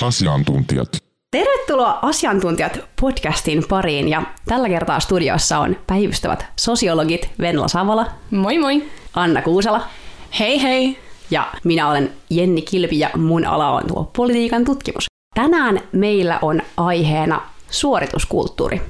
Asiantuntijat. Tervetuloa Asiantuntijat podcastin pariin ja tällä kertaa studiossa on päivystävät sosiologit Venla Savola. Moi moi! Anna Kuusala. Hei hei! Ja minä olen Jenni Kilpi ja mun ala on tuo politiikan tutkimus. Tänään meillä on aiheena suorituskulttuuri.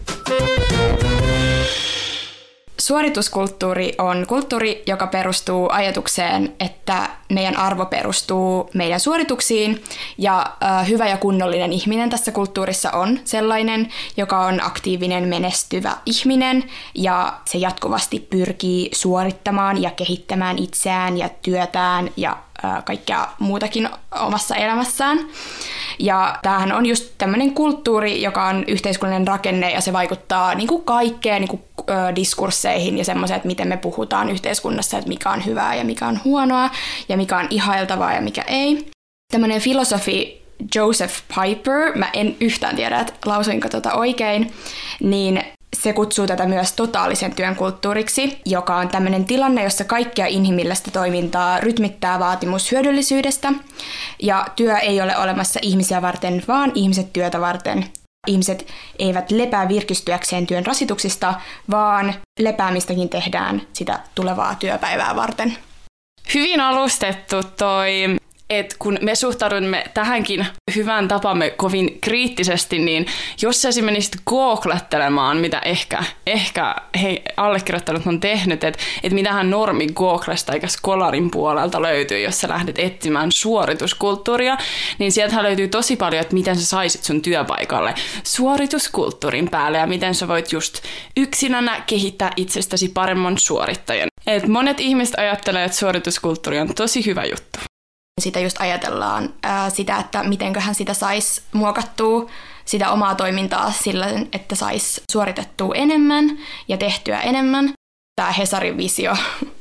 Suorituskulttuuri on kulttuuri, joka perustuu ajatukseen, että meidän arvo perustuu meidän suorituksiin ja hyvä ja kunnollinen ihminen tässä kulttuurissa on sellainen, joka on aktiivinen, menestyvä ihminen ja se jatkuvasti pyrkii suorittamaan ja kehittämään itseään ja työtään ja kaikkea muutakin omassa elämässään. Ja tämähän on just tämmöinen kulttuuri, joka on yhteiskunnallinen rakenne ja se vaikuttaa niin kuin kaikkeen niin kuin, diskursseihin ja semmoiseen, että miten me puhutaan yhteiskunnassa, että mikä on hyvää ja mikä on huonoa ja mikä on ihailtavaa ja mikä ei. Tämmöinen filosofi Joseph Piper, mä en yhtään tiedä, että lausuinko oikein, niin se kutsuu tätä myös totaalisen työn kulttuuriksi, joka on tämmöinen tilanne, jossa kaikkea inhimillistä toimintaa rytmittää vaatimus hyödyllisyydestä. Ja työ ei ole olemassa ihmisiä varten, vaan ihmiset työtä varten. Ihmiset eivät lepää virkistyäkseen työn rasituksista, vaan lepäämistäkin tehdään sitä tulevaa työpäivää varten. Hyvin alustettu toi, että kun me suhtaudumme tähänkin hyvään tapamme kovin kriittisesti, niin jos sä menisit googlettelemaan, mitä ehkä allekirjoittanut on tehnyt, että mitähän normi Googlesta eikä Scholarin puolelta löytyy, jos sä lähdet etsimään suorituskulttuuria, niin sieltähän löytyy tosi paljon, että miten sä saisit sun työpaikalle suorituskulttuurin päälle ja miten sä voit just yksinänä kehittää itsestäsi paremman suorittajan. Et monet ihmiset ajattelee, että suorituskulttuuri on tosi hyvä juttu. Sitä just ajatellaan sitä, että mitenköhän sitä saisi muokattua, sitä omaa toimintaa sillä, että saisi suoritettua enemmän ja tehtyä enemmän. Tämä Hesarin visio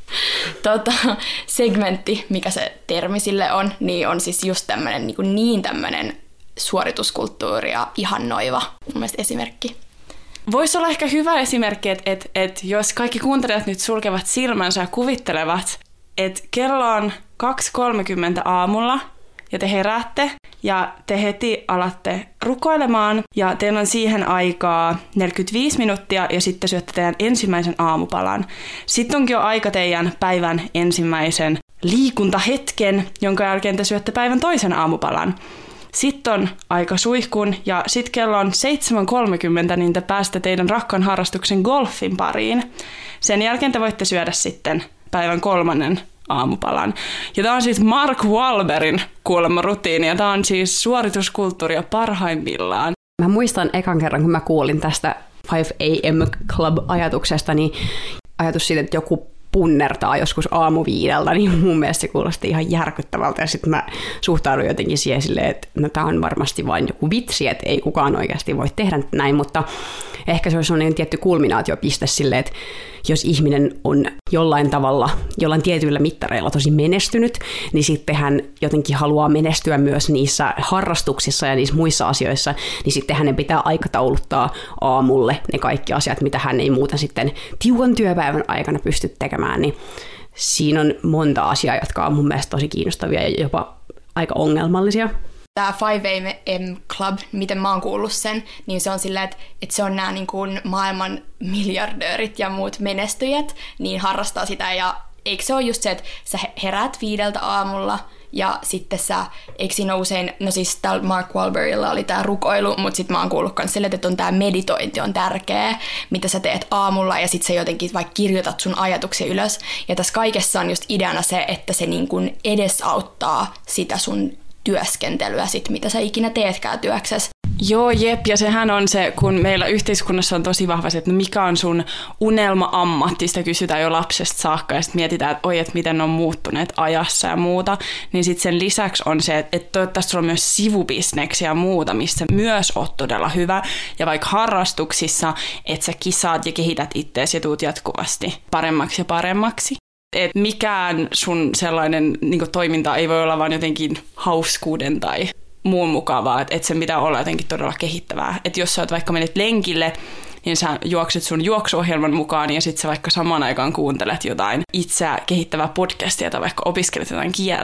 segmentti, mikä se termi sille on, niin on siis just tämmöinen niin tämmöinen suorituskulttuuria ihannoiva mun mielestä esimerkki. Voisi olla ehkä hyvä esimerkki, että jos kaikki kuuntelijat nyt sulkevat silmänsä ja kuvittelevat, että kello on 2.30 aamulla ja te heräätte ja te heti alatte rukoilemaan ja teillä on siihen aikaa 45 minuuttia ja sitten syötte teidän ensimmäisen aamupalan. Sitten onkin jo aika teidän päivän ensimmäisen liikuntahetken, jonka jälkeen te syötte päivän toisen aamupalan. Sitten on aika suihkun ja sitten kello on 7.30, niin te pääsette teidän rakkaan harrastuksen golfin pariin. Sen jälkeen te voitte syödä sitten päivän kolmannen aamupalan. Ja tämä on siis Mark Wahlbergin kuulemma rutiini, ja tämä on siis suorituskulttuuria parhaimmillaan. Mä muistan ekan kerran, kun mä kuulin tästä 5 AM Club-ajatuksesta, niin ajatus siitä, että joku punnertaa joskus 5:00, niin mun mielestä se kuulosti ihan järkyttävältä. Ja sitten mä suhtaudun jotenkin siihen silleen, että no, tämä on varmasti vain joku vitsi, että ei kukaan oikeasti voi tehdä näin, mutta ehkä se olisi sellainen tietty kulminaatiopiste silleen, että jos ihminen on jollain tavalla, jollain tietyillä mittareilla tosi menestynyt, niin sitten hän jotenkin haluaa menestyä myös niissä harrastuksissa ja niissä muissa asioissa, niin sitten hänen pitää aikatauluttaa aamulle ne kaikki asiat, mitä hän ei muuten sitten tiukan työpäivän aikana pysty tekemään, niin siinä on monta asiaa, jotka on mun mielestä tosi kiinnostavia ja jopa aika ongelmallisia. Tämä 5 AM Club, miten mä oon kuullut sen, niin se on sillä, että se on nämä niin kuin maailman miljardöörit ja muut menestyjät, niin harrastaa sitä. Ja eikö se ole just se, että sä heräät 5 aamulla ja sitten eikö siinä ole usein, no siis täällä Mark Wahlbergilla oli tämä rukoilu, mutta sitten mä oon kuullut myös sille, että on tämä meditointi on tärkeä, mitä sä teet aamulla ja sitten sä jotenkin vaikka kirjoitat sun ajatuksia ylös. Ja tässä kaikessa on just ideana se, että se niin kuin edesauttaa sitä sun työskentelyä, mitä sä ikinä teetkään työksessä. Joo, jep, ja sehän on se, kun meillä yhteiskunnassa on tosi vahva se, että no mikä on sun unelma-ammatti, sitä kysytään jo lapsesta saakka, ja sitten mietitään, että miten on muuttuneet ajassa ja muuta, niin sitten sen lisäksi on se, että toivottavasti sulla on myös sivubisneksiä ja muuta, missä myös oot todella hyvä, ja vaikka harrastuksissa, että sä kisaat ja kehität itseäsi ja tuut jatkuvasti paremmaksi ja paremmaksi. Et mikään sun sellainen niin toiminta ei voi olla vaan jotenkin hauskuuden tai muun mukavaa, että sen pitää olla jotenkin todella kehittävää. Että jos sä oot vaikka menet lenkille, niin sä juokset sun juoksuohjelman mukaan ja sit sä vaikka samaan aikaan kuuntelet jotain itseä kehittävää podcastia tai vaikka opiskelet jotain kieltä.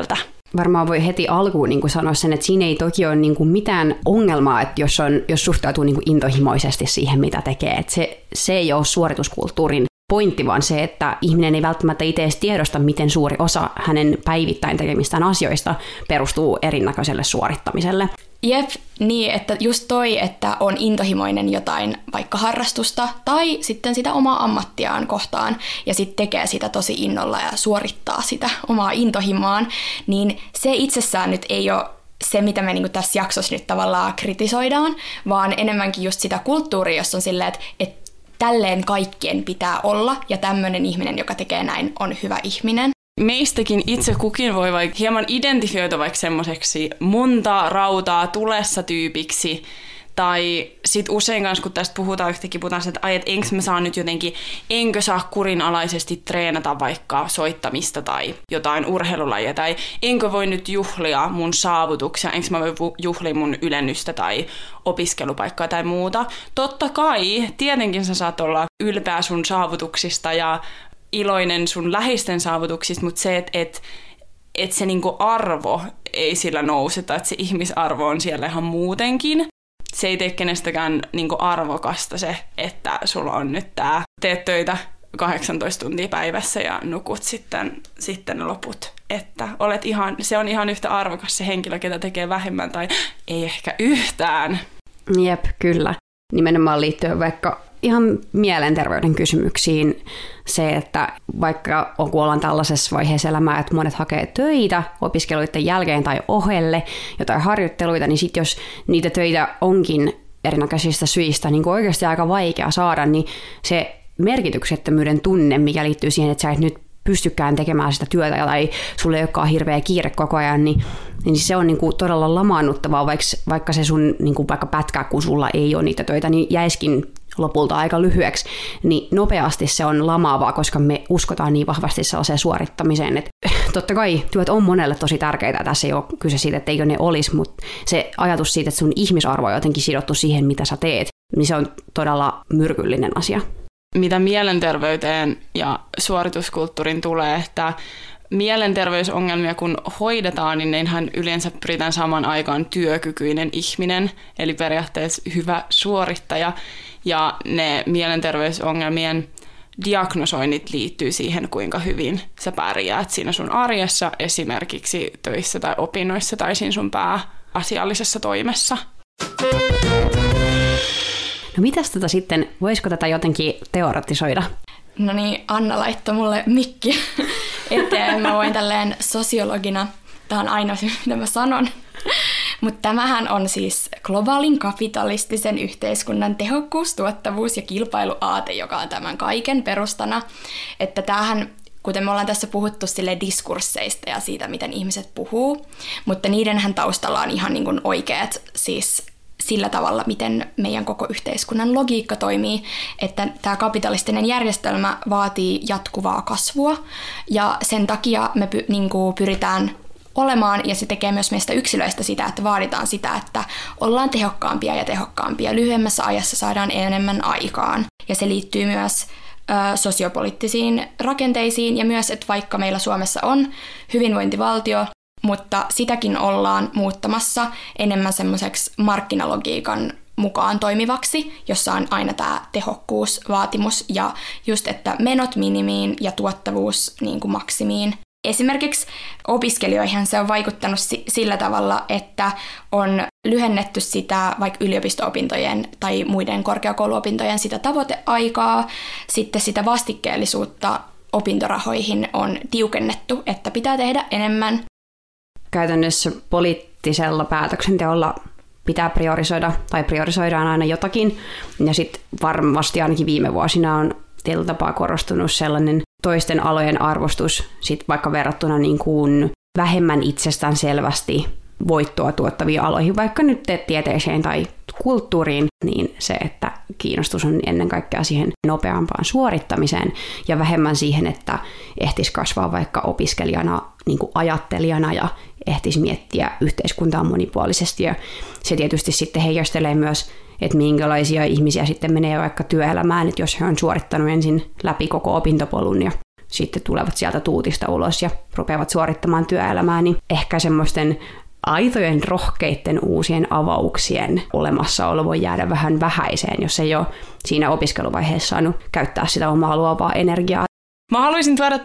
Varmaan voi heti alkuun niin kuin sanoa sen, että siinä ei toki ole niin kuin mitään ongelmaa, että jos suhtautuu niin kuin intohimoisesti siihen, mitä tekee. Että se ei ole suorituskulttuurin pointti, vaan se, että ihminen ei välttämättä itse edes tiedosta, miten suuri osa hänen päivittäin tekemistään asioista perustuu erinäköiselle suorittamiselle. Jep, niin, että just toi, että on intohimoinen jotain vaikka harrastusta tai sitten sitä omaa ammattiaan kohtaan ja sitten tekee sitä tosi innolla ja suorittaa sitä omaa intohimoaan, niin se itsessään nyt ei ole se, mitä me niinku tässä jaksossa nyt tavallaan kritisoidaan, vaan enemmänkin just sitä kulttuuria, jossa on silleen, että tälleen kaikkien pitää olla ja tämmöinen ihminen, joka tekee näin, on hyvä ihminen. Meistäkin itse kukin voi vaikka hieman identifioida vaikka semmoiseksi monta rautaa tulessa tyypiksi, tai sit usein kanssa, kun tästä puhutaan yhtäkkiä, että enkö saa kurinalaisesti treenata vaikka soittamista tai jotain urheilulajia, tai enkö voi nyt juhlia mun saavutuksia, enkö mä voi juhlia mun ylennystä tai opiskelupaikkaa tai muuta. Totta kai, tietenkin sä saat olla ylpeä sun saavutuksista ja iloinen sun läheisten saavutuksista, mutta se, että se niinku arvo ei sillä nouse, tai että se ihmisarvo on siellä ihan muutenkin. Se ei tee kenestäkään niinku arvokasta se, että sulla on nyt teet töitä 18 tuntia päivässä ja nukut sitten loput. Että se on ihan yhtä arvokas se henkilö, ketä tekee vähemmän tai ei ehkä yhtään. Jep, kyllä. Nimenomaan liittyen vaikka ihan mielenterveyden kysymyksiin se, että vaikka ollaan tällaisessa vaiheessa elämää, että monet hakee töitä opiskeluiden jälkeen tai ohelle, jotain harjoitteluita, niin sitten jos niitä töitä onkin erinäköisistä syistä niin oikeasti aika vaikea saada, niin se merkityksettömyyden tunne, mikä liittyy siihen, että sä et nyt pystykään tekemään sitä työtä tai sulla ei olekaan hirveä kiire koko ajan, niin se on niin kuin todella lamaannuttavaa, vaikka se sun niin kuin vaikka pätkää, kun sulla ei ole niitä töitä, niin jäiskin lopulta aika lyhyeksi, niin nopeasti se on lamaavaa, koska me uskotaan niin vahvasti sellaiseen suorittamiseen, että totta kai työt on monelle tosi tärkeitä, tässä ei ole kyse siitä, että eikö ne olisi, mutta se ajatus siitä, että sun ihmisarvo on jotenkin sidottu siihen, mitä sä teet, niin se on todella myrkyllinen asia. Mitä mielenterveyteen ja suorituskulttuurin tulee, että mielenterveysongelmia kun hoidetaan, niin neinhän yleensä pyritään saamaan aikaan työkykyinen ihminen, eli periaatteessa hyvä suorittaja, ja ne mielenterveysongelmien diagnosoinnit liittyy siihen, kuinka hyvin sä pärjäät siinä sun arjessa, esimerkiksi töissä tai opinnoissa tai siinä sun pääasiallisessa toimessa. No mitäs sitten, voisiko tätä jotenkin teoretisoida? No niin, Anna laittoi mulle mikki eteen. Mä voin tälleen sosiologina, tää on aina se, mitä mä sanon. Mutta tämähän on siis globaalin kapitalistisen yhteiskunnan tehokkuus, tuottavuus ja kilpailuaate, joka on tämän kaiken perustana. Että tämähän, kuten me ollaan tässä puhuttu sille diskursseista ja siitä, miten ihmiset puhuu, mutta niidenhän taustalla on ihan niin kuin oikeat siis sillä tavalla, miten meidän koko yhteiskunnan logiikka toimii, että tämä kapitalistinen järjestelmä vaatii jatkuvaa kasvua ja sen takia me pyritään olemaan, ja se tekee myös meistä yksilöistä sitä, että vaaditaan sitä, että ollaan tehokkaampia ja tehokkaampia. Lyhyemmässä ajassa saadaan enemmän aikaan. Ja se liittyy myös sosiopoliittisiin rakenteisiin ja myös, että vaikka meillä Suomessa on hyvinvointivaltio, mutta sitäkin ollaan muuttamassa enemmän semmoiseksi markkinalogiikan mukaan toimivaksi, jossa on aina tämä tehokkuusvaatimus ja just, että menot minimiin ja tuottavuus niin kuin maksimiin. Esimerkiksi opiskelijoihin se on vaikuttanut sillä tavalla, että on lyhennetty sitä vaikka yliopisto-opintojen tai muiden korkeakouluopintojen sitä tavoiteaikaa, sitten sitä vastikkeellisuutta opintorahoihin on tiukennettu, että pitää tehdä enemmän. Käytännössä poliittisella päätöksenteolla pitää priorisoida tai priorisoidaan aina jotakin ja sitten varmasti ainakin viime vuosina on tietyllä tapaa korostunut sellainen toisten alojen arvostus, sit vaikka verrattuna niin kuin vähemmän itsestään selvästi voittoa tuottaviin aloihin, vaikka nyt tieteeseen tai kulttuuriin, niin se, että kiinnostus on ennen kaikkea siihen nopeampaan suorittamiseen ja vähemmän siihen, että ehtisi kasvaa vaikka opiskelijana, niin kuin ajattelijana ja ehtisi miettiä yhteiskuntaa monipuolisesti. Ja se tietysti sitten heijastelee myös, että minkälaisia ihmisiä sitten menee vaikka työelämään, että jos he on suorittanut ensin läpi koko opintopolun ja sitten tulevat sieltä tuutista ulos ja rupeavat suorittamaan työelämää, niin ehkä semmoisten aitojen, rohkeitten uusien avauksien olemassaolo voi jäädä vähän vähäiseen, jos ei ole siinä opiskeluvaiheessa saanut käyttää sitä omaa luovaa energiaa. Mä haluaisin tuoda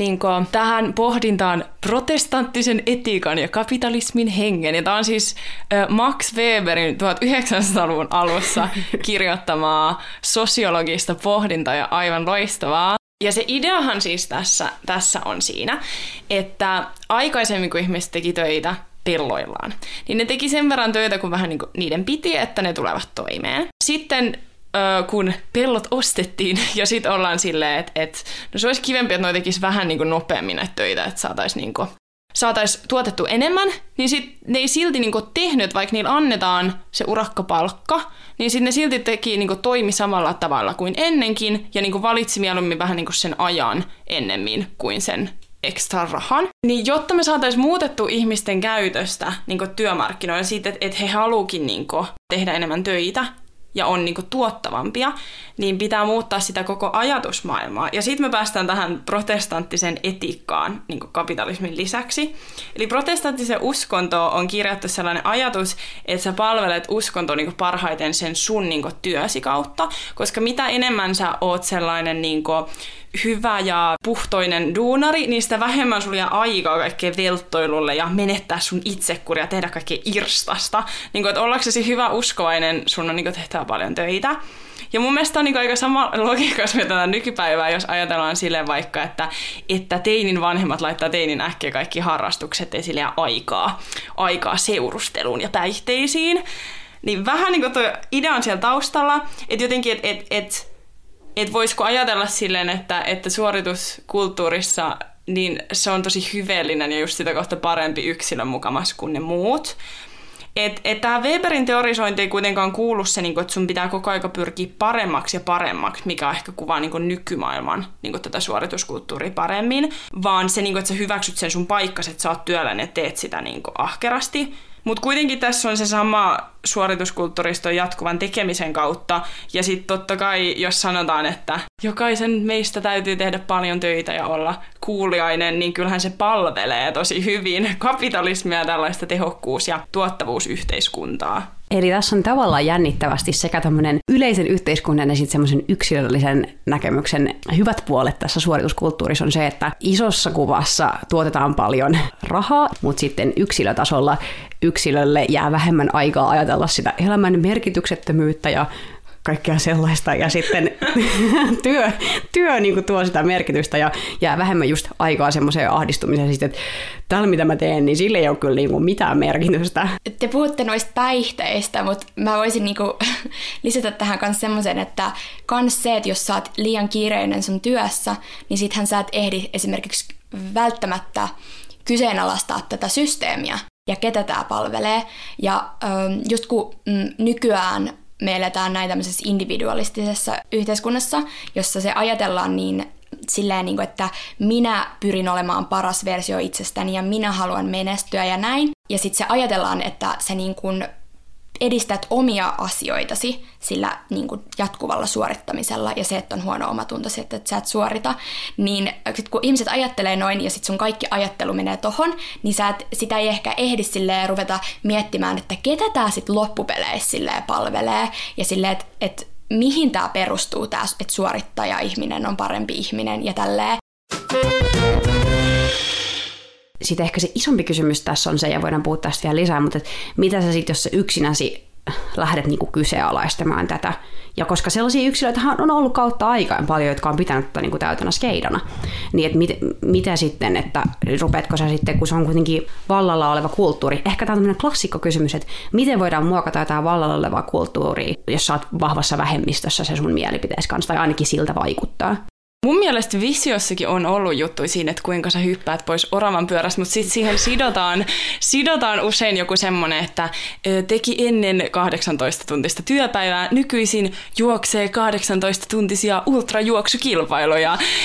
tähän pohdintaan protestanttisen etiikan ja kapitalismin hengen. Ja tämä on siis Max Weberin 1900-luvun alussa kirjoittamaa sosiologista pohdintaa ja aivan loistavaa. Ja se ideahan siis tässä on siinä, että aikaisemmin kun ihmiset teki töitä pelloillaan, niin ne teki sen verran töitä, kun vähän niin kuin niiden piti, että ne tulevat toimeen. Sitten kun pellot ostettiin ja sitten ollaan silleen, että no se olisi kivempi, että noi tekisi vähän niin kuin nopeammin näitä töitä, että saataisiin tuotettu enemmän, niin sit ne ei silti niin kuin tehnyt, vaikka niillä annetaan se urakkapalkka, niin sitten ne silti toimi samalla tavalla kuin ennenkin ja niin kuin valitsi mieluummin vähän niin kuin sen ajan ennemmin kuin sen ekstra rahan. Niin jotta me saataisiin muutettua ihmisten käytöstä niin kuin työmarkkinoilla siitä, että he haluukin niin kuin tehdä enemmän töitä, ja on niinku tuottavampia, niin pitää muuttaa sitä koko ajatusmaailmaa. Ja sitten me päästään tähän protestanttiseen etiikkaan niinku kapitalismin lisäksi. Eli protestanttisen uskontoon on kirjattu sellainen ajatus, että sä palvelet uskontoa niinku parhaiten sen sun niinku työsi kautta, koska mitä enemmän sä oot sellainen niinku hyvä ja puhtoinen duunari, niin sitä vähemmän sulla jää aikaa kaikkeen velttoilulle ja menettää sun itsekuria, tehdä kaikkea irstasta. Niin kuin, että ollaksesi hyvä uskovainen, sun on niin kuin, tehtävä paljon töitä. Ja mun mielestä on niin kuin, aika sama logiikka, jos mietitään nykypäivää, jos ajatellaan silleen vaikka, että teinin vanhemmat laittaa teinin äkkiä kaikki harrastukset esille ja aikaa seurusteluun ja päihteisiin. Niin vähän niin kuin tuo idea on siellä taustalla, että jotenkin, että voisiko ajatella silleen, että suorituskulttuurissa niin se on tosi hyveellinen ja just sitä kohta parempi yksilön mukamas kuin ne muut. Että tämä Weberin teorisointi ei kuitenkaan kuulu se, että sun pitää koko aika pyrkiä paremmaksi ja paremmaksi, mikä ehkä kuvaa nykymaailman tätä suorituskulttuuria paremmin, vaan se, että sä hyväksyt sen sun paikkas, että sä oot työläinen ja teet sitä ahkerasti. Mutta kuitenkin tässä on se sama suorituskulttuuriston jatkuvan tekemisen kautta. Ja sitten totta kai, jos sanotaan, että jokaisen meistä täytyy tehdä paljon töitä ja olla kuuliainen, niin kyllähän se palvelee tosi hyvin kapitalismia ja tällaista tehokkuus- ja tuottavuusyhteiskuntaa. Eli tässä on tavallaan jännittävästi sekä tämmöinen yleisen yhteiskunnan ja sitten semmoisen yksilöllisen näkemyksen hyvät puolet tässä suorituskulttuurissa on se, että isossa kuvassa tuotetaan paljon rahaa, mutta sitten yksilötasolla yksilölle jää vähemmän aikaa ajatella sitä elämän merkityksettömyyttä ja kaikkea sellaista, ja sitten työ niin kuin tuo sitä merkitystä ja jää vähemmän just aikaa semmoiseen ahdistumiseen, että tällä mitä mä teen, niin sille ei ole kyllä niin kuin mitään merkitystä. Te puhutte noista päihteistä, mutta mä voisin niin kuin lisätä tähän kanssa semmoisen, että kans se, että jos sä oot liian kiireinen sun työssä, niin sittenhän sä et ehdi esimerkiksi välttämättä kyseenalaistaa tätä systeemiä ja ketä tämä palvelee. Ja just kun nykyään me eletään näin tämmöisessä individualistisessa yhteiskunnassa, jossa se ajatellaan niin silleen, että minä pyrin olemaan paras versio itsestäni ja minä haluan menestyä ja näin. Ja sitten se ajatellaan, että se niin kuin edistät omia asioitasi sillä niin kuin jatkuvalla suorittamisella ja se, että on huono omatunto, se, että sä et suorita, niin sit kun ihmiset ajattelee noin ja sit sun kaikki ajattelu menee tohon, niin sitä ei ehkä ehdi silleen ruveta miettimään, että ketä tää sit loppupeleissä silleen palvelee ja silleen, että mihin tää perustuu tää, että suorittaja-ihminen on parempi ihminen ja tälleen. Sitten ehkä se isompi kysymys tässä on se, ja voidaan puhua tästä vielä lisää, mutta mitä sä sitten, jos sä yksinäsi lähdet niinku kyseenalaistamaan tätä. Ja koska sellaisia yksilöitä on ollut kautta aikaan paljon, jotka on pitänyt niinku täytänä skeidana, niin että mitä sitten, että rupeatko sä sitten, kun se on kuitenkin vallalla oleva kulttuuri. Ehkä tämä on tämmöinen klassikkokysymys, että miten voidaan muokata jotain vallalla olevaa kulttuuria, jos sä oot vahvassa vähemmistössä se sun mielipiteessä kanssa, tai ainakin siltä vaikuttaa. Mun mielestä visiossakin on ollut juttu siinä, että kuinka sä hyppäät pois oravan pyörästä, mutta sitten siihen sidotaan usein joku semmoinen, että teki ennen 18-tuntista työpäivää, nykyisin juoksee 18-tuntisia ultrajuoksukilpailuja.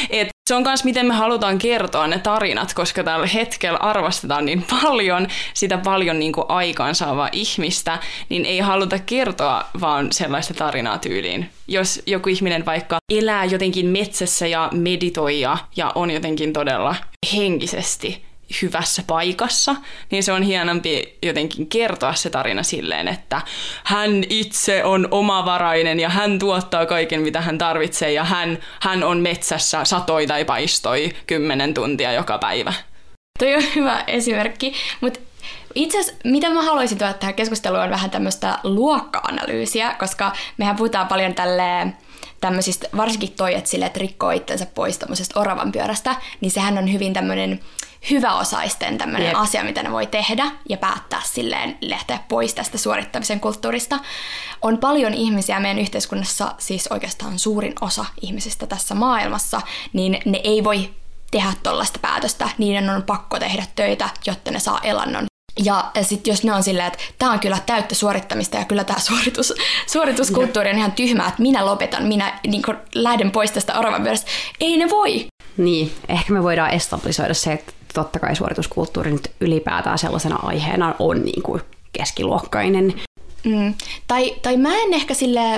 Se on myös, miten me halutaan kertoa ne tarinat, koska tällä hetkellä arvostetaan niin paljon niin kuin aikaansaavaa ihmistä, niin ei haluta kertoa vaan sellaista tarinaa tyyliin. Jos joku ihminen vaikka elää jotenkin metsässä ja meditoi ja on jotenkin todella henkisesti hyvässä paikassa, niin se on hienompi jotenkin kertoa se tarina silleen, että hän itse on omavarainen ja hän tuottaa kaiken, mitä hän tarvitsee ja hän on metsässä satoi tai paistoi 10 tuntia joka päivä. Toi on hyvä esimerkki, mutta itse asiassa, mitä mä haluaisin tuoda tähän keskusteluun, on vähän tämmöistä luokka-analyysiä, koska mehän puhutaan paljon tämmöisistä, varsinkin toi, että rikkoo itsensä pois tämmöisestä oravan pyörästä, niin sehän on hyvin tämmöinen hyväosaisten tämmöinen asia, mitä ne voi tehdä ja päättää silleen lähteä pois tästä suorittamisen kulttuurista. On paljon ihmisiä meidän yhteiskunnassa, siis oikeastaan suurin osa ihmisistä tässä maailmassa, niin ne ei voi tehdä tollaista päätöstä. Niiden on pakko tehdä töitä, jotta ne saa elannon. Ja sitten jos ne on silleen, että tämä on kyllä täyttä suorittamista ja kyllä tämä suorituskulttuuri on ihan tyhmää, että minä lopetan, minä niin lähden pois tästä oravan pyörästä. Ei ne voi. Niin, ehkä me voidaan establisoida se, että totta kai suorituskulttuuri nyt ylipäätään sellaisena aiheena on niin kuin keskiluokkainen. Tai mä en ehkä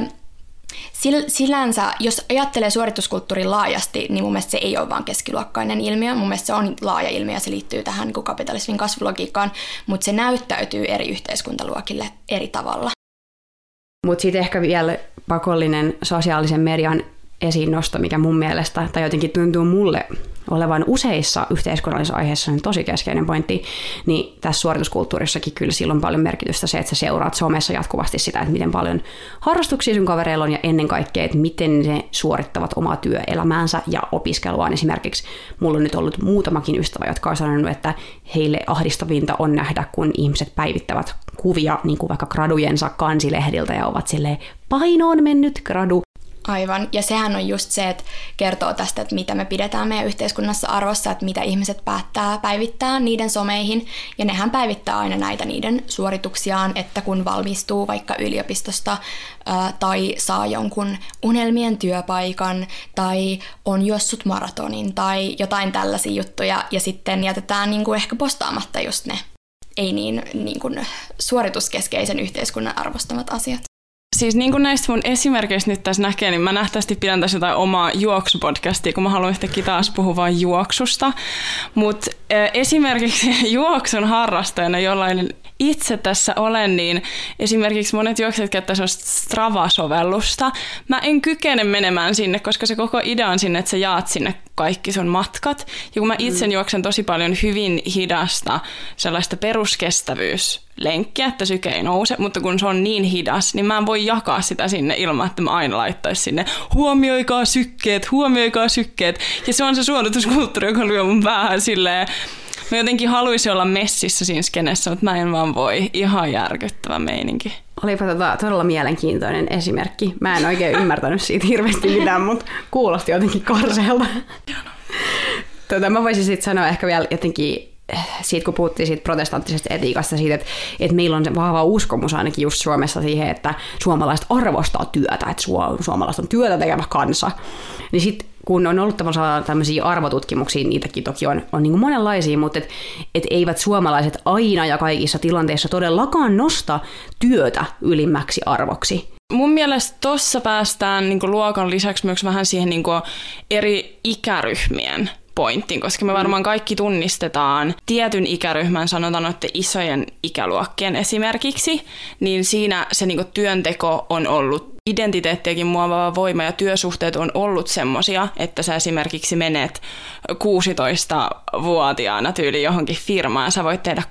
sillänsä, jos ajattelee suorituskulttuurin laajasti, niin mun mielestä se ei ole vaan keskiluokkainen ilmiö. Mun mielestä se on laaja ilmiö ja se liittyy tähän niin kuin kapitalismin kasvulogiikkaan, mutta se näyttäytyy eri yhteiskuntaluokille eri tavalla. Mutta sitten ehkä vielä pakollinen sosiaalisen median esiinnosto, mikä mun mielestä, tai jotenkin tuntuu mulle olevan useissa yhteiskunnallisissa aiheissa niin tosi keskeinen pointti, niin tässä suorituskulttuurissakin kyllä silloin paljon merkitystä se, että sä seuraat somessa jatkuvasti sitä, että miten paljon harrastuksia sun kavereilla on ja ennen kaikkea, että miten ne suorittavat omaa työelämäänsä ja opiskeluaan. Esimerkiksi mulla on nyt ollut muutamakin ystävä, jotka on sanonut, että heille ahdistavinta on nähdä, kun ihmiset päivittävät kuvia niin kuin vaikka gradujensa kansilehdiltä ja ovat silleen, paino on mennyt gradu. Aivan, ja sehän on just se, että kertoo tästä, että mitä me pidetään meidän yhteiskunnassa arvossa, että mitä ihmiset päättää päivittää niiden someihin, ja nehän päivittää aina näitä niiden suorituksiaan, että kun valmistuu vaikka yliopistosta tai saa jonkun unelmien työpaikan tai on juossut maratonin tai jotain tällaisia juttuja, ja sitten jätetään niin kuin ehkä postaamatta just ne ei niin kuin suorituskeskeisen yhteiskunnan arvostamat asiat. Siis niin kuin näistä mun esimerkkeistä nyt tässä näkee, niin mä nähtävästi pidän tässä jotain omaa juoksupodcastia, kun mä haluan yhtäkkiä taas puhua vaan juoksusta. Mutta esimerkiksi juoksun harrastajana, jollainen itse tässä olen, niin esimerkiksi monet juoksijat käyttää sellaista Strava-sovellusta. Mä en kykene menemään sinne, koska se koko idea on sinne, että sä jaat sinne kaikki sun matkat. Ja kun mä itse juoksen tosi paljon hyvin hidasta sellaista peruskestävyyslenkkiä, että syke ei nouse, mutta kun se on niin hidas, niin mä en voi jakaa sitä sinne ilman, että mä aina laittaisin sinne huomioikaa sykkeet. Ja se on se suorituskulttuuri, joka lyö mun päähän silleen. Mä jotenkin haluaisin olla messissä siinä skenessä, mutta mä en vaan voi. Ihan järkyttävä meininki. Olipa todella mielenkiintoinen esimerkki. Mä en oikein ymmärtänyt siitä hirveästi mitään, mutta kuulosti jotenkin karseelta. Mä voisin sitten sanoa ehkä vielä jotenkin siitä, kun puhuttiin siitä protestanttisesta etiikasta, siitä, että meillä on se vahva uskomus ainakin just Suomessa siihen, että suomalaiset arvostaa työtä, että suomalaiset on työtä tekevä kansa. Niin sitten kun on ollut tämmöisiä arvotutkimuksia, niitäkin toki on niin kuin monenlaisia, mutta et eivät suomalaiset aina ja kaikissa tilanteissa todellakaan nosta työtä ylimmäksi arvoksi. Mun mielestä tuossa päästään niin kuin luokan lisäksi myös vähän siihen niin kuin eri ikäryhmien pointtiin, koska me varmaan kaikki tunnistetaan tietyn ikäryhmän, sanotaan noiden isojen ikäluokkien esimerkiksi, niin siinä se niin kuin työnteko on ollut identiteettiäkin muovaava voima ja työsuhteet on ollut semmosia, että sä esimerkiksi menet 16-vuotiaana tyyli johonkin firmaan ja sä voit tehdä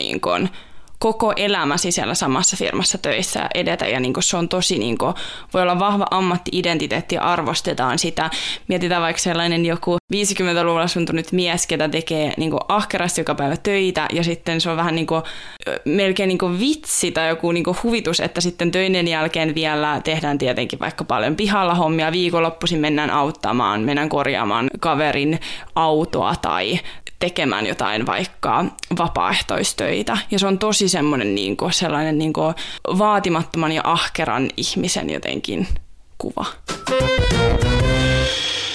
koko elämäsi siellä samassa firmassa töissä ja edetä. Ja niin se on tosi, voi olla vahva ammatti-identiteetti ja arvostetaan sitä. Mietitään vaikka sellainen joku 50-luvulla syntynyt mies, ketä tekee ahkerasti joka päivä töitä ja sitten se on vähän melkein vitsi tai joku huvitus, että sitten töiden jälkeen vielä tehdään tietenkin vaikka paljon pihalla hommia. Viikonloppuisin mennään auttamaan, mennään korjaamaan kaverin autoa tai tekemään jotain vaikka vapaaehtoistöitä. Ja se on tosi semmoinen sellainen vaatimattoman ja ahkeran ihmisen jotenkin kuva.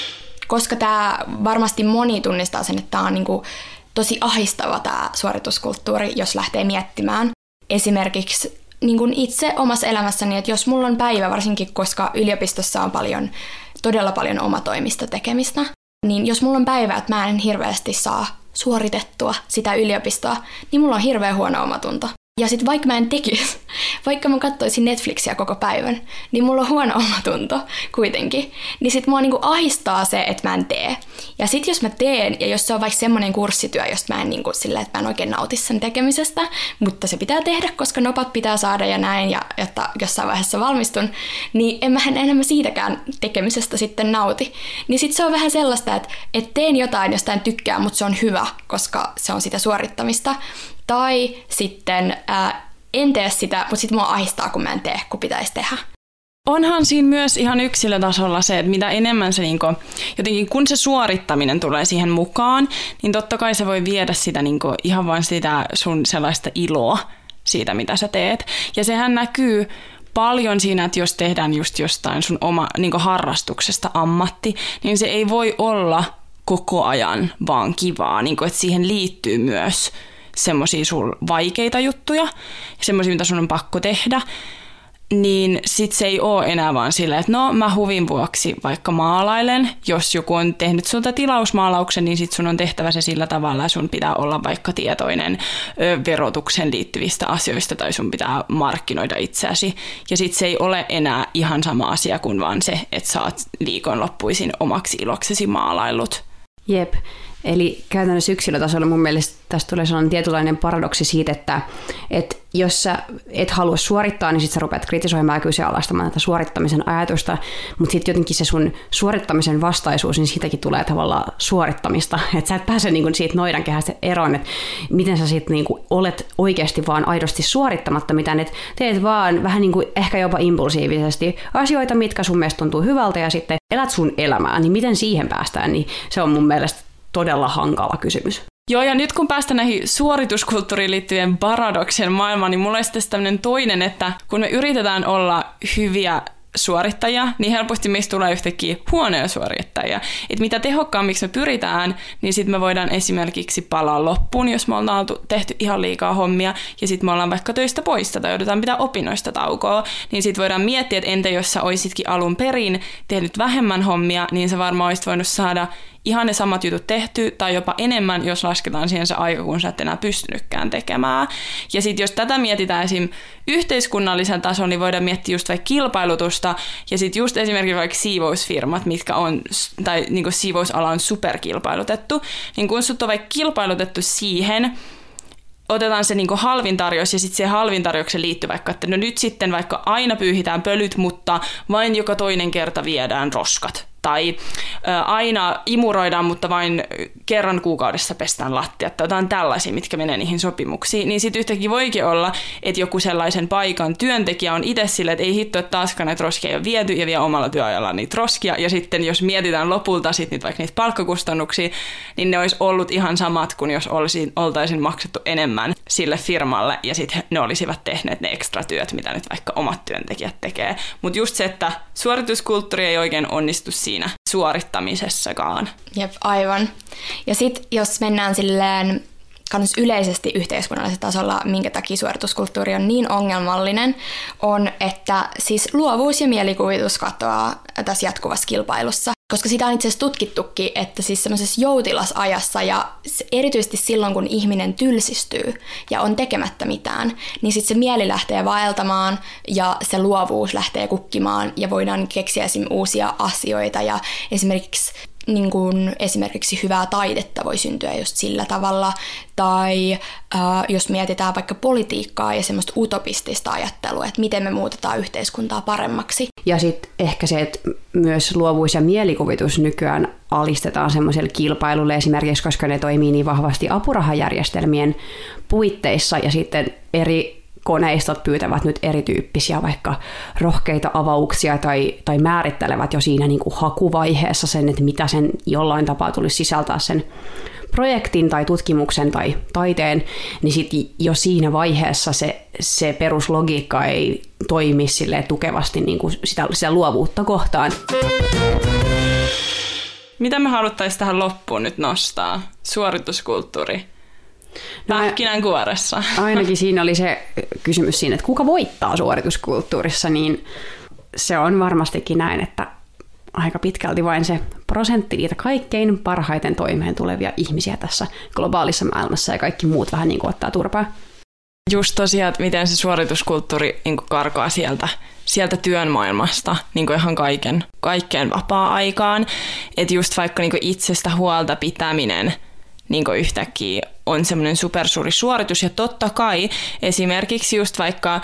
koska tämä varmasti moni tunnistaa sen, että tämä on niinku tosi ahistava tämä suorituskulttuuri, jos lähtee miettimään. Esimerkiksi niin kuin itse omassa elämässäni, että jos mulla on päivä, varsinkin koska yliopistossa on todella paljon omatoimista tekemistä, niin jos mulla on päivä, että mä en hirveästi saa suoritettua sitä yliopistoa, niin mulla on hirveän huono omatunto. Ja sitten vaikka mä en tekisi, vaikka mä katsoisin Netflixiä koko päivän, niin mulla on huono omatunto kuitenkin. Niin sit mua niinku ahistaa se, että mä en tee. Ja sit jos mä teen, ja jos se on vaikka semmoinen kurssityö, josta mä en niinku sillä, että mä en oikein nauti sen tekemisestä, mutta se pitää tehdä, koska nopat pitää saada ja näin, ja jotta jossain vaiheessa valmistun, niin en mä enemmän siitäkään tekemisestä sitten nauti. Niin sit se on vähän sellaista, että teen jotain, josta en tykkää, mutta se on hyvä, koska se on sitä suorittamista. Tai sitten en tee sitä, mutta sitten mua ahistaa, kun mä en tee, kun pitäisi tehdä. Onhan siinä myös ihan yksilötasolla se, että mitä enemmän se niinku, jotenkin kun se suorittaminen tulee siihen mukaan, niin totta kai se voi viedä sitä niinku, ihan vain sitä sun sellaista iloa siitä, mitä sä teet. Ja sehän näkyy paljon siinä, että jos tehdään just jostain sun oma niinku harrastuksesta ammatti, niin se ei voi olla koko ajan vaan kivaa, niinku, että siihen liittyy myös semmoisia sun vaikeita juttuja, semmoisia, mitä sun on pakko tehdä, niin sit se ei ole enää vaan silleen, että no mä huvin vuoksi vaikka maalailen. Jos joku on tehnyt sulta tilausmaalauksen, niin sit sun on tehtävä se sillä tavalla, sun pitää olla vaikka tietoinen verotuksen liittyvistä asioista tai sun pitää markkinoida itseäsi. Ja sit se ei ole enää ihan sama asia kuin vaan se, että sä oot viikonloppuisin omaksi iloksesi maalaillut. Jep. Eli käytännössä yksilötasolla mun mielestä tästä tulee sellainen tietynlainen paradoksi siitä, että jos sä et halua suorittaa, niin sit sä rupeat kritisoimaan ja kyseenalaistamaan tätä suorittamisen ajatusta, mutta sitten jotenkin se sun suorittamisen vastaisuus, niin siitäkin tulee tavallaan suorittamista. Että sä et pääse niinku siitä noidankehästä eroon, että miten sä sitten niinku olet oikeasti vaan aidosti suorittamatta mitään, että teet vaan vähän niinku ehkä jopa impulsiivisesti asioita, mitkä sun mielestä tuntuu hyvältä ja sitten elät sun elämää, niin miten siihen päästään, niin se on mun mielestä todella hankala kysymys. Joo, ja nyt kun päästään näihin suorituskulttuuriin liittyvien paradoksien maailmaan, niin mulla on sitten tämmöinen toinen, että kun me yritetään olla hyviä suorittajia, niin helposti meistä tulee yhtäkkiä huonoja suorittajia. Et mitä tehokkaammiksi me pyritään, niin sitten me voidaan esimerkiksi palaa loppuun, jos me ollaan tehty ihan liikaa hommia, ja sitten me ollaan vaikka töistä poista tai joudutaan pitää opinnoista taukoa, niin sitten voidaan miettiä, että entä jos sä oisitkin alun perin tehnyt vähemmän hommia, niin sä varmaan olisit voinut saada ihan ne samat jutut tehty tai jopa enemmän, jos lasketaan siihen se aika, kun sä et enää pystynytkään tekemään. Ja sitten jos tätä mietitään esim. Yhteiskunnallisen tason, niin voidaan miettiä just vaikka kilpailutusta ja sitten just esimerkiksi vaikka siivousfirmat, mitkä on, tai niin kuin siivousala on superkilpailutettu, niin kun sut on vaikka kilpailutettu siihen, otetaan se niinku halvin tarjous ja sitten siihen halvin tarjouksen liittyy vaikka, että no nyt sitten vaikka aina pyyhitään pölyt, mutta vain joka toinen kerta viedään roskat. Tai aina imuroidaan, mutta vain kerran kuukaudessa pestään lattiat. Tai jotain tällaisia, mitkä menee niihin sopimuksiin. Niin sitten yhtäkkiä voikin olla, että joku sellaisen paikan työntekijä on itse silleen, että ei hitto, että taaskaan näitä roskia ei ole viety ja vie omalla työajalla niitä roskia. Ja sitten jos mietitään lopulta sit vaikka niitä palkkakustannuksia, niin ne olisi ollut ihan samat kuin jos oltaisiin maksettu enemmän sille firmalle. Ja sitten ne olisivat tehneet ne ekstra työt, mitä nyt vaikka omat työntekijät tekee. Mutta just se, että suorituskulttuuri ei oikein onnistu siinä suorittamisessakaan. Jep, aivan. Ja sitten jos mennään silleen yleisesti yhteiskunnallisella tasolla, minkä takia suorituskulttuuri on niin ongelmallinen, on, että siis luovuus ja mielikuvitus katoaa tässä jatkuvassa kilpailussa. Koska sitä on itse asiassa tutkittukin, että siis semmoisessa joutilasajassa ja erityisesti silloin, kun ihminen tylsistyy ja on tekemättä mitään, niin sitten se mieli lähtee vaeltamaan ja se luovuus lähtee kukkimaan ja voidaan keksiä uusia asioita ja esimerkiksi hyvää taidetta voi syntyä just sillä tavalla. Tai jos mietitään vaikka politiikkaa ja semmoista utopistista ajattelua, että miten me muutetaan yhteiskuntaa paremmaksi. Ja sitten ehkä se, että myös luovuus ja mielikuvitus nykyään alistetaan semmoiselle kilpailulle esimerkiksi, koska ne toimii niin vahvasti apurahajärjestelmien puitteissa ja sitten eri koneistot pyytävät nyt erityyppisiä vaikka rohkeita avauksia tai määrittelevät jo siinä niin kuin hakuvaiheessa sen, että mitä sen jollain tapaa tulisi sisältää sen projektin tai tutkimuksen tai taiteen, niin sitten jo siinä vaiheessa se peruslogiikka ei toimi silleen tukevasti niin kuin sitä luovuutta kohtaan. Mitä me haluttaisiin tähän loppuun nyt nostaa? Suorituskulttuuri. Pähkinänkuoressa. Ainakin siinä oli se kysymys siinä, että kuka voittaa suorituskulttuurissa, niin se on varmastikin näin, että aika pitkälti vain se prosentti niitä kaikkein parhaiten toimeen tulevia ihmisiä tässä globaalissa maailmassa ja kaikki muut vähän niin kuin ottaa turpaa. Just tosiaan, että miten se suorituskulttuuri niin kuin karkaa sieltä työn maailmasta niin kuin ihan kaikkeen vapaa-aikaan. Että just vaikka niin kuin itsestä huolta pitäminen niin kuin yhtäkkiä on semmoinen supersuuri suoritus. Ja totta kai esimerkiksi just vaikka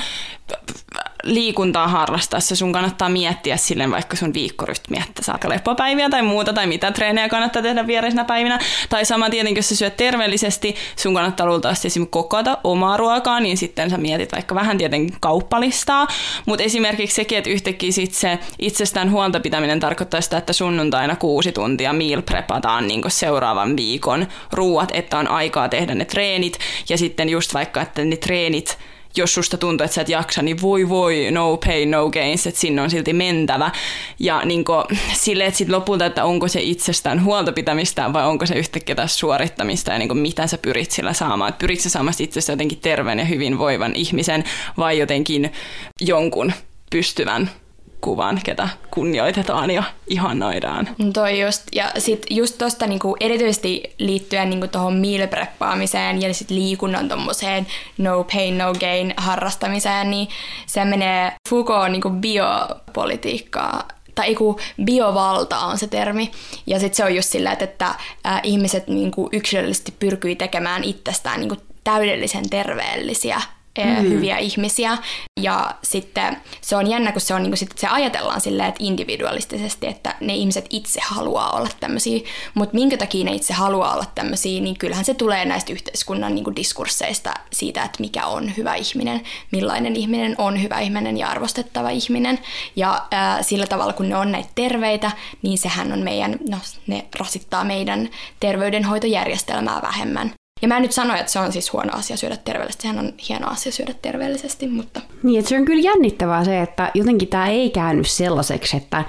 liikuntaa harrastaessa sun kannattaa miettiä silleen vaikka sun viikkorytmiä, että saako leppopäiviä tai muuta, tai mitä treenejä kannattaa tehdä viereisenä päivinä. Tai sama tietenkin, jos sä syöt terveellisesti, sun kannattaa luultavasti esimerkiksi kokata omaa ruokaa, niin sitten sä mietit vaikka vähän tietenkin kauppalistaa. Mutta esimerkiksi sekin, että yhtäkkiä sit se itsestään huolta pitäminen tarkoittaa sitä, että sunnuntaina 6 tuntia meal prepataan niin seuraavan viikon ruuat, että on aikaa tehdä ne treenit, ja sitten just vaikka, että ne treenit, jos susta tuntuu, että sä et jaksa, niin voi, no pain, no gains, että sinne on silti mentävä. Ja niin silleen, että sit lopulta, että onko se itsestään huolta pitämistä vai onko se yhtäkkiä taas suorittamista ja niin mitä sä pyrit sillä saamaan. Että pyritkö sä saamaan itsestä jotenkin terveen ja hyvinvoivan ihmisen vai jotenkin jonkun pystyvän kuvan, ketä kunnioitetaan ja ihannoidaan. Toi just, ja sitten just tuosta niinku erityisesti liittyen niinku tuohon meal preppaamiseen ja sit liikunnan tommoseen no pain, no gain harrastamiseen, niin se menee Foucault niinku biopolitiikkaa, tai biovalta on se termi, ja sitten se on just sillä, että ihmiset niinku yksilöllisesti pyrkii tekemään itsestään niinku täydellisen terveellisiä hyviä ihmisiä. Ja sitten se on jännä, kun se on, niin kuin se ajatellaan silleen, että individualistisesti, että ne ihmiset itse haluaa olla tämmöisiä, mutta minkä takia ne itse haluaa olla tämmöisiä, niin kyllähän se tulee näistä yhteiskunnan niin kuin diskursseista siitä, että mikä on hyvä ihminen, millainen ihminen on hyvä ihminen ja arvostettava ihminen. Ja sillä tavalla, kun ne on näitä terveitä, niin sehän on ne rasittaa meidän terveydenhoitojärjestelmää vähemmän. Ja mä en nyt sano, että se on siis huono asia syödä terveellisesti. Sehän on hieno asia syödä terveellisesti, mutta... Niin, että se on kyllä jännittävää se, että jotenkin tämä ei käynyt sellaiseksi, että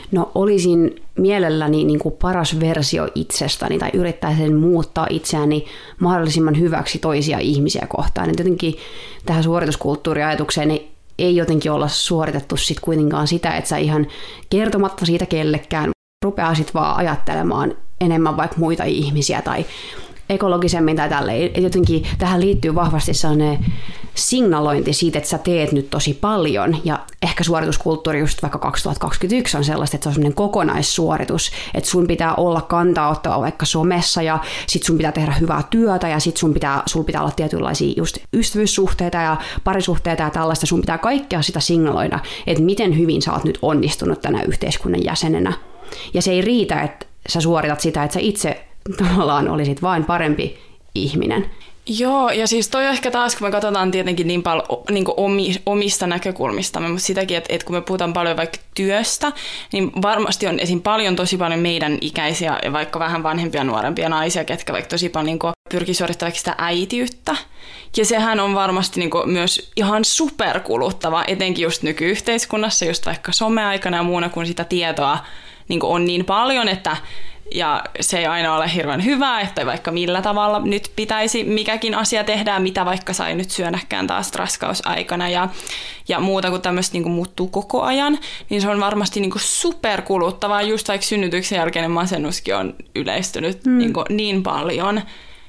olisin mielelläni niin kuin paras versio itsestäni tai yrittäisin muuttaa itseäni mahdollisimman hyväksi toisia ihmisiä kohtaan. Että jotenkin tähän suorituskulttuuriajatukseen niin ei jotenkin olla suoritettu sit kuitenkaan sitä, että sä ihan kertomatta siitä kellekään rupeaisit vaan ajattelemaan enemmän vaikka muita ihmisiä tai ekologisemmin tai tälleen. Jotenkin tähän liittyy vahvasti sellainen signalointi siitä, että sä teet nyt tosi paljon. Ja ehkä suorituskulttuuri just vaikka 2021 on sellaista, että se on sellainen kokonaissuoritus. Että sun pitää olla kantaa vaikka somessa ja sit sun pitää tehdä hyvää työtä ja sit sun pitää olla tietynlaisia just ystävyyssuhteita ja parisuhteita ja tällaista. Sun pitää kaikkea sitä signaloida, että miten hyvin sä oot nyt onnistunut tänä yhteiskunnan jäsenenä. Ja se ei riitä, että sä suoritat sitä, että sä itse tavallaan olisit vain parempi ihminen. Joo, ja siis toi ehkä taas, kun me katsotaan tietenkin niin paljon niin omista näkökulmistamme, mutta sitäkin, että kun me puhutaan paljon vaikka työstä, niin varmasti on esim. Tosi paljon meidän ikäisiä ja vaikka vähän vanhempia, nuorempia naisia, ketkä vaikka tosi paljon niin pyrkii suorittamaan sitä äitiyttä. Ja sehän on varmasti niin myös ihan superkuluttava, etenkin just nykyyhteiskunnassa, just vaikka someaikana ja muuna, kun sitä tietoa niin on niin paljon, että ja se ei aina ole hirveän hyvää, että vaikka millä tavalla nyt pitäisi mikäkin asia tehdä, mitä vaikka sai nyt syödäkään taas raskausaikana ja muuta, kun tämmöistä niin kuin muuttuu koko ajan, niin se on varmasti niin kuin superkuluttavaa. Just vaikka synnytyksen jälkeinen masennuskin on yleistynyt niin paljon.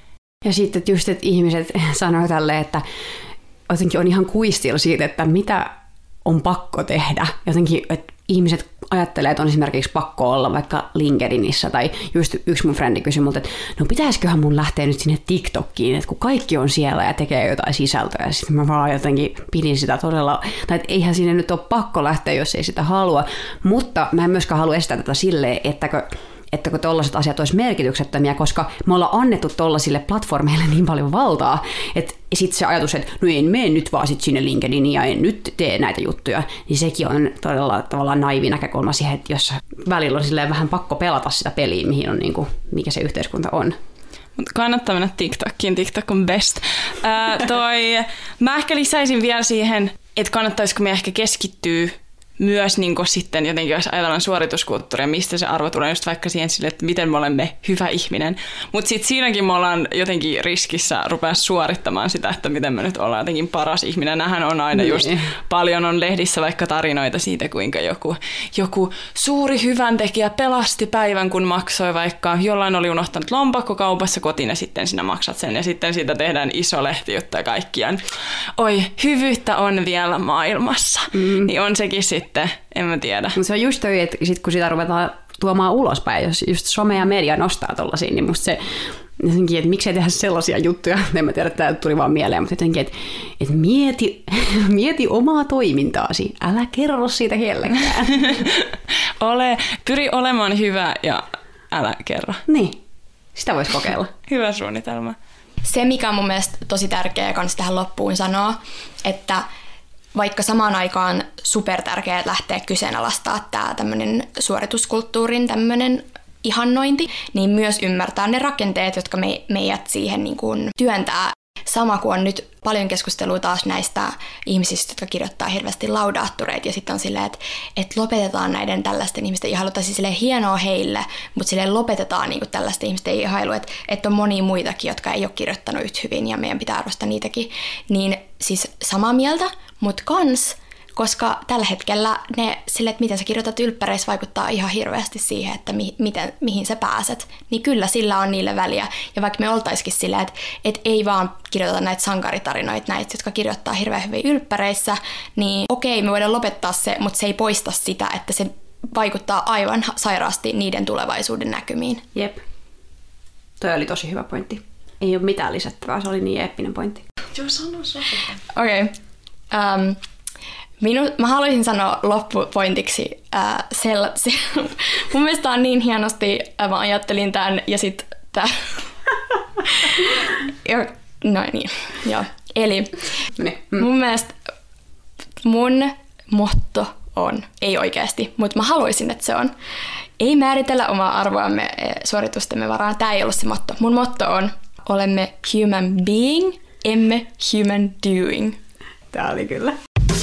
Ja sitten just, että ihmiset sanoo tälleen, että jotenkin on ihan kuistilla siitä, että mitä on pakko tehdä. Jotenkin, että ihmiset ajattelee, että on esimerkiksi pakko olla vaikka LinkedInissä, tai just yksi mun frendi kysyi multa, että no pitäisiköhän mun lähteä nyt sinne TikTokiin, että kun kaikki on siellä ja tekee jotain sisältöä, ja sitten mä vaan jotenkin pidin sitä todella, tai että eihän sinne nyt ole pakko lähteä, jos ei sitä halua, mutta mä en myöskään halua estää tätä silleen, ettäkö tollaiset asiat olisi merkityksettömiä, koska me ollaan annettu tollaisille platformeille niin paljon valtaa, että sitten se ajatus, että no en mene nyt vaan sit sinne LinkedIniin ja en nyt tee näitä juttuja, niin sekin on todella tavallaan naivi näkökulma siihen, että jos välillä on silleen vähän pakko pelata sitä peliä, mihin on niinku, mikä se yhteiskunta on. Kannattaa mennä TikTokiin, TikTok on best. Mä ehkä lisäisin vielä siihen, että kannattaisiko me ehkä keskittyä myös niin sitten jotenkin, jos ajatellaan suorituskulttuuria, mistä se arvo tulee just vaikka siihen sille, että miten me olemme hyvä ihminen. Mutta sitten siinäkin me ollaan jotenkin riskissä rupea suorittamaan sitä, että miten me nyt ollaan jotenkin paras ihminen. Nämähän on aina just paljon on lehdissä vaikka tarinoita siitä, kuinka joku suuri hyväntekijä pelasti päivän, kun maksoi vaikka jollain oli unohtanut lompakko kaupassa kotiin ja sitten sinä maksat sen ja sitten siitä tehdään iso lehtijuttu ja kaikkiaan. Oi, hyvyyttä on vielä maailmassa. Niin on sekin sitten, en mä tiedä. Mutta se on just toi, että sit kun sitä ruvetaan tuomaan ulospäin, jos just some ja media nostaa tollasia, niin musta se jotenkin, että miksei tehdä sellaisia juttuja, en mä tiedä, että tämä tuli vaan mieleen, mutta jotenkin, että mieti omaa toimintaasi, älä kerro siitä kellekään. Pyri olemaan hyvä ja älä kerro. Niin, sitä voisi kokeilla. Hyvä suunnitelma. Se, mikä on mun mielestä tosi tärkeää kans tähän loppuun sanoa, että vaikka samaan aikaan supertärkeää lähteä kyseenalaistaa tämä tämmöinen suorituskulttuurin tämmöinen ihannointi, niin myös ymmärtää ne rakenteet, jotka meidät siihen niin kuin työntää. Sama kuin on nyt paljon keskustelua taas näistä ihmisistä, jotka kirjoittaa hirveästi laudaattureita ja sitten on silleen, että lopetetaan näiden tällaisten ihmisten ihailu, tai siis silleen hienoa heille, mutta silleen lopetetaan niin kuin tällaisten ihmisten ihailu, että on monia muitakin, jotka ei ole kirjoittanut yhtä hyvin ja meidän pitää arvostaa niitäkin. Niin siis samaa mieltä, mutta kans, koska tällä hetkellä sille, että miten sä kirjoitat ylppäreissä, vaikuttaa ihan hirveästi siihen, että mihin sä pääset. Niin kyllä sillä on niille väliä. Ja vaikka me oltaisikin silleen, että ei vaan kirjoiteta näitä sankaritarinoita, näitä, jotka kirjoittaa hirveän hyvin ylppäreissä, niin okei, me voidaan lopettaa se, mutta se ei poista sitä, että se vaikuttaa aivan sairaasti niiden tulevaisuuden näkymiin. Jep. Toi oli tosi hyvä pointti. Ei ole mitään lisättävää, se oli niin eeppinen pointti. Joo, sano. Okei. Mä haluaisin sanoa loppupointiksi mun mielestä on niin hienosti, mä ajattelin tämän ja sit tää. No niin, joo. Eli mun mielestä mun motto on, ei oikeasti, mutta mä haluaisin, että se on, ei määritellä omaa arvoamme suoritustemme varaan. Tää ei ollut se motto. Mun motto on, olemme human being, emme human doing. Tää oli kyllä.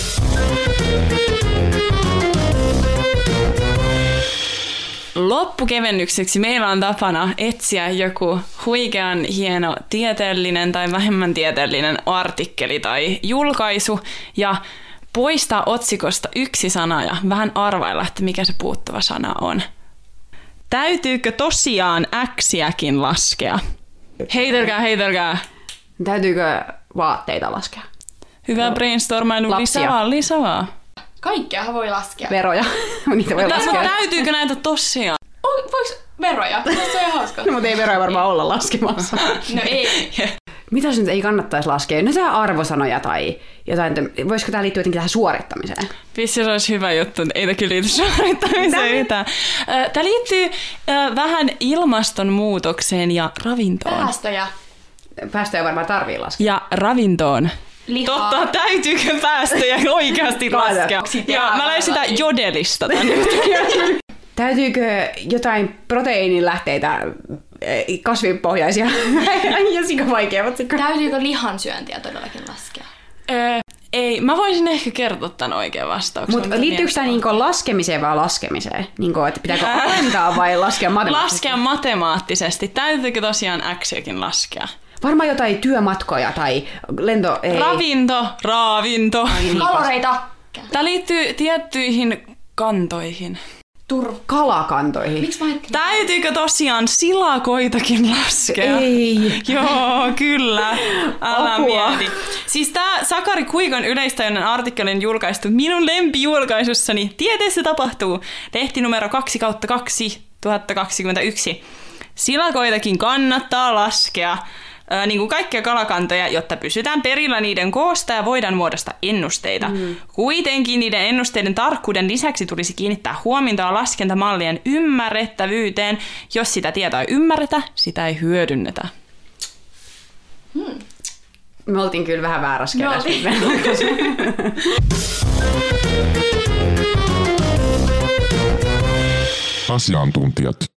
Loppukevennykseksi meillä on tapana etsiä joku huikean hieno tieteellinen tai vähemmän tieteellinen artikkeli tai julkaisu ja poistaa otsikosta yksi sana ja vähän arvailla, että mikä se puuttuva sana on. Täytyykö tosiaan X:iäkin laskea? Heitelkää. Täytyykö vaatteita laskea? Hyvä brainstormailu, lisää vaan. Kaikkea voi laskea. Veroja, niitä voi laskea. Täytyykö näitä tosiaan? Voiko veroja? Se on ihan hauska. No, mutta ei veroja varmaan olla laskemassa. No ei. Mitä se nyt ei kannattaisi laskea? No tää arvosanoja tai jotain. Voisiko tää liittyä jotenkin tähän suorittamiseen? Vissi se olisi hyvä juttu, ei tämä kyllä liity suorittamiseen yhtään. Tämä liittyy vähän ilmastonmuutokseen ja ravintoon. Päästöjä varmaan tarvii laskea. Ja ravintoon. Lihaa. Totta, täytyykö päästöjä oikeasti laskea? Ja mä lähdin sitä jodelista tänne. Täytyykö jotain proteiinilähteitä, kasvipohjaisia ja sikavaikeaa? Täytyykö lihansyöntiä todellakin laskea? Ei, mä voisin ehkä kertoa tämän oikean vastauksen. Mutta liittyykö tämä niinku laskemiseen vai laskemiseen? Niinku, että pitääkö alentaa vai laskea matemaattisesti? Laskea matemaattisesti. Täytyykö tosiaan X:iäkin laskea? Varmaan jotain työmatkoja tai lento... Ei. Ravinto. Kaloreita. Tämä liittyy tiettyihin kantoihin. Kalakantoihin. Miksi mä ajattelin? Täytyykö tosiaan silakoitakin laskea? Ei. Joo, kyllä. Älä mieti. Siis tää Sakari Kuikon yleistajuinen artikkeli on julkaistu minun lempijulkaisussani Tieteessä tapahtuu. Lehti numero 2/2 2021. Silakoitakin kannattaa laskea. Niin kuin kaikkia kalakantoja, jotta pysytään perillä niiden koosta ja voidaan muodostaa ennusteita. Kuitenkin niiden ennusteiden tarkkuuden lisäksi tulisi kiinnittää huomiota laskentamallien ymmärrettävyyteen. Jos sitä tietoa ei ymmärretä, sitä ei hyödynnetä. Me oltiin kyllä vähän väärässä kerässä. Asiantuntijat.